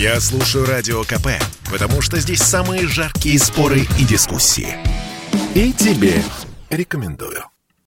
Я слушаю Радио КП, потому что здесь самые жаркие споры и дискуссии. И тебе рекомендую.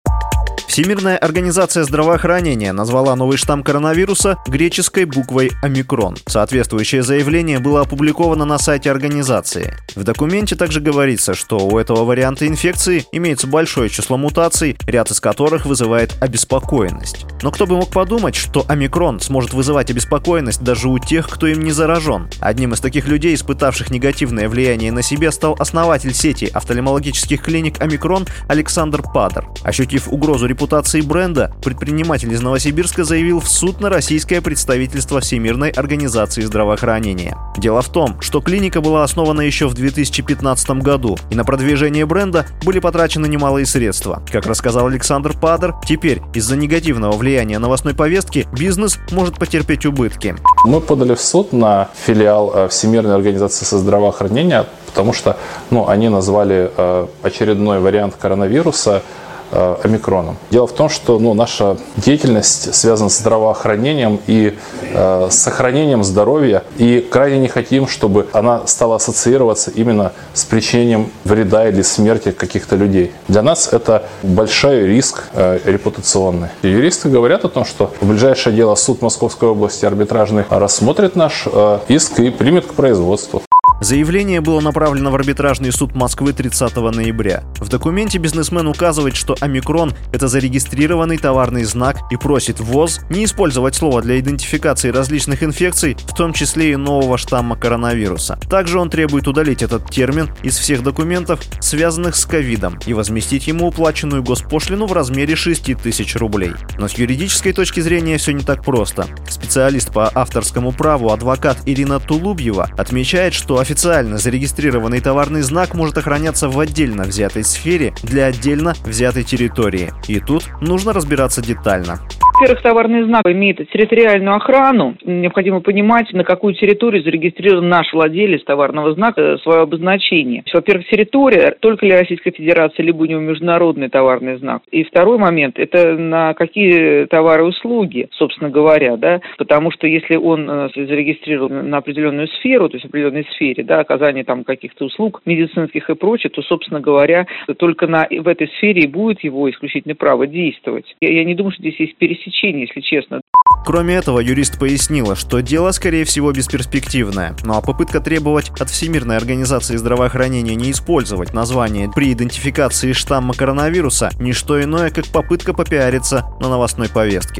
Всемирная организация здравоохранения назвала новый штамм коронавируса греческой буквой «Омикрон». Соответствующее заявление было опубликовано на сайте организации. В документе также говорится, что у этого варианта инфекции имеется большое число мутаций, ряд из которых вызывает обеспокоенность. Но кто бы мог подумать, что «Омикрон» сможет вызывать обеспокоенность даже у тех, кто им не заражен. Одним из таких людей, испытавших негативное влияние на себя, стал основатель сети офтальмологических клиник «Омикрон» Александр Падер. Ощутив угрозу репутации бренда, предприниматель из Новосибирска заявил в суд на российское представительство Всемирной организации здравоохранения. Дело в том, что клиника была основана еще в 2015 году, и на продвижение бренда были потрачены немалые средства. Как рассказал Александр Падер, теперь из-за негативного влияния новостной повестки бизнес может потерпеть убытки. Мы подали в суд на филиал Всемирной организации здравоохранения, потому что они назвали очередной вариант коронавируса омикроном. Дело в том, что наша деятельность связана с здравоохранением и с сохранением здоровья, и крайне не хотим, чтобы она стала ассоциироваться именно с причинением вреда или смерти каких-то людей. Для нас это большой риск репутационный. И юристы говорят о том, что в ближайшее дело суд Московской области арбитражный рассмотрит наш иск и примет к производству. Заявление было направлено в арбитражный суд Москвы 30 ноября. В документе бизнесмен указывает, что «Омикрон» — это зарегистрированный товарный знак и просит ВОЗ не использовать слово для идентификации различных инфекций, в том числе и нового штамма коронавируса. Также он требует удалить этот термин из всех документов, связанных с ковидом, и возместить ему уплаченную госпошлину в размере 6 тысяч рублей. Но с юридической точки зрения все не так просто. Специалист по авторскому праву адвокат Ирина Тулубьева отмечает, что официально зарегистрированный товарный знак может охраняться в отдельно взятой сфере для отдельно взятой территории. И тут нужно разбираться детально. Во-первых, товарный знак имеет территориальную охрану. Необходимо понимать, на какую территорию зарегистрирован наш владелец товарного знака, свое обозначение. Во-первых, территория, только ли Российской Федерации, либо у него международный товарный знак. И второй момент, это на какие товары и услуги, собственно говоря, да, потому что если он зарегистрирован на определенную сферу, то есть в определенной сфере, да, оказание там каких-то услуг медицинских и прочее, то, собственно говоря, только в этой сфере и будет его исключительное право действовать. Я не думаю, что здесь есть пересечение, если честно. Кроме этого, юрист пояснила, что дело, скорее всего, бесперспективное. Ну а попытка требовать от Всемирной организации здравоохранения не использовать название при идентификации штамма коронавируса – не что иное, как попытка попиариться на новостной повестке.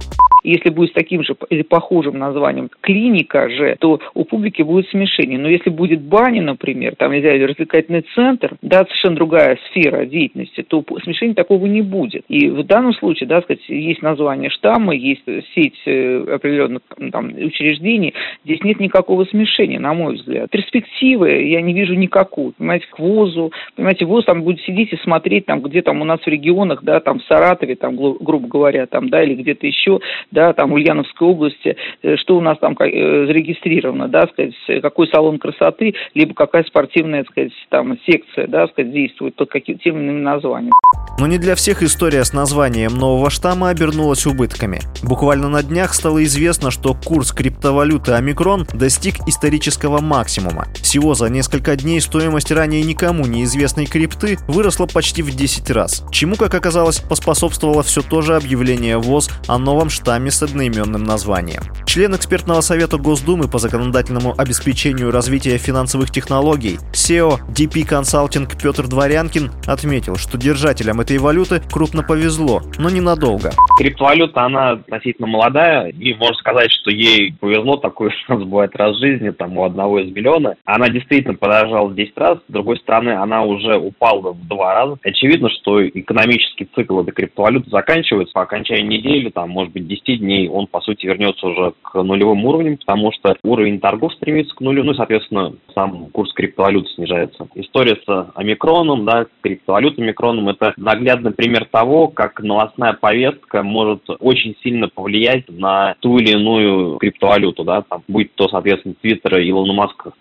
Если будет с таким же или похожим названием клиника же, то у публики будет смешение. Но если будет баня, например, там, не знаю, развлекательный центр, да, совершенно другая сфера деятельности, то смешения такого не будет. И в данном случае, да, сказать, есть название штамма, есть сеть определенных там учреждений, здесь нет никакого смешения, на мой взгляд. Перспективы я не вижу никакой. Понимаете, к ВОЗу, понимаете, ВОЗ там будет сидеть и смотреть, там, где там у нас в регионах, да, там в Саратове, там, грубо говоря, там, да, или где-то еще, да, там в Ульяновской области, что у нас там зарегистрировано, да, сказать, какой салон красоты, либо какая спортивная, сказать, там секция, да, сказать, действует под тем или иным названием. Но не для всех история с названием нового штамма обернулась убытками. Буквально на днях стало известно, что курс криптовалюты «Омикрон» достиг исторического максимума. Всего за несколько дней стоимость ранее никому неизвестной крипты выросла почти в 10 раз. Чему, как оказалось, поспособствовало все то же объявление ВОЗ о новом штамме с одноименным названием. Член экспертного совета Госдумы по законодательному обеспечению развития финансовых технологий SEO DP Consulting Петр Дворянкин отметил, что держателям этой валюты крупно повезло, но ненадолго. Криптовалюта, она относительно молодая, и можно сказать, что ей повезло, такой шанс бывает раз в жизни, там у одного из миллиона. Она действительно подорожала в 10 раз, с другой стороны, она уже упала в 2 раза. Очевидно, что экономический цикл этой криптовалюты заканчивается по окончании недели, там, может быть, 10 дней, он, по сути, вернется уже к нулевым уровням, потому что уровень торгов стремится к нулю, ну и, соответственно, сам курс криптовалюты снижается. История с омикроном, да, криптовалютой омикроном, это наглядный пример того, как новостная повестка может очень сильно повлиять на ту или иную криптовалюту, да, там, будь то, соответственно, Твиттер Илона Маска в поддержку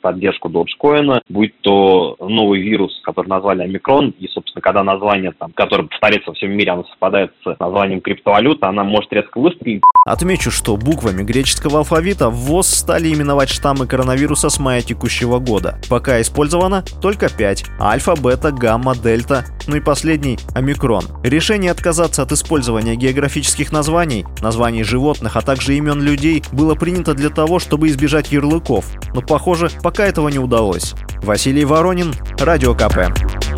Доджкоина, будь то новый вирус, который назвали омикрон, и, собственно, когда название, которое повторяется во всем мире, оно совпадает с названием криптовалюты, она может резко выстрелить. Отмечу, что буквами греческого алфавита в ВОЗ стали именовать штаммы коронавируса с мая текущего года. Пока использовано только 5 – альфа, бета, гамма, дельта, ну и последний – омикрон. Решение отказаться от использования географических названий, названий животных, а также имен людей было принято для того, чтобы избежать ярлыков. Но, похоже, пока этого не удалось. Василий Воронин, Радио КП.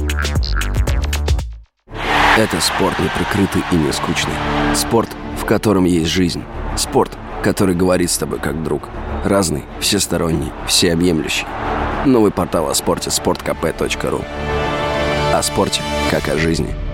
Это спорт неприкрытый и не скучный. Спорт, в котором есть жизнь. Спорт, который говорит с тобой как друг. Разный, всесторонний, всеобъемлющий. Новый портал о спорте – sportkp.ru. О спорте, как о жизни.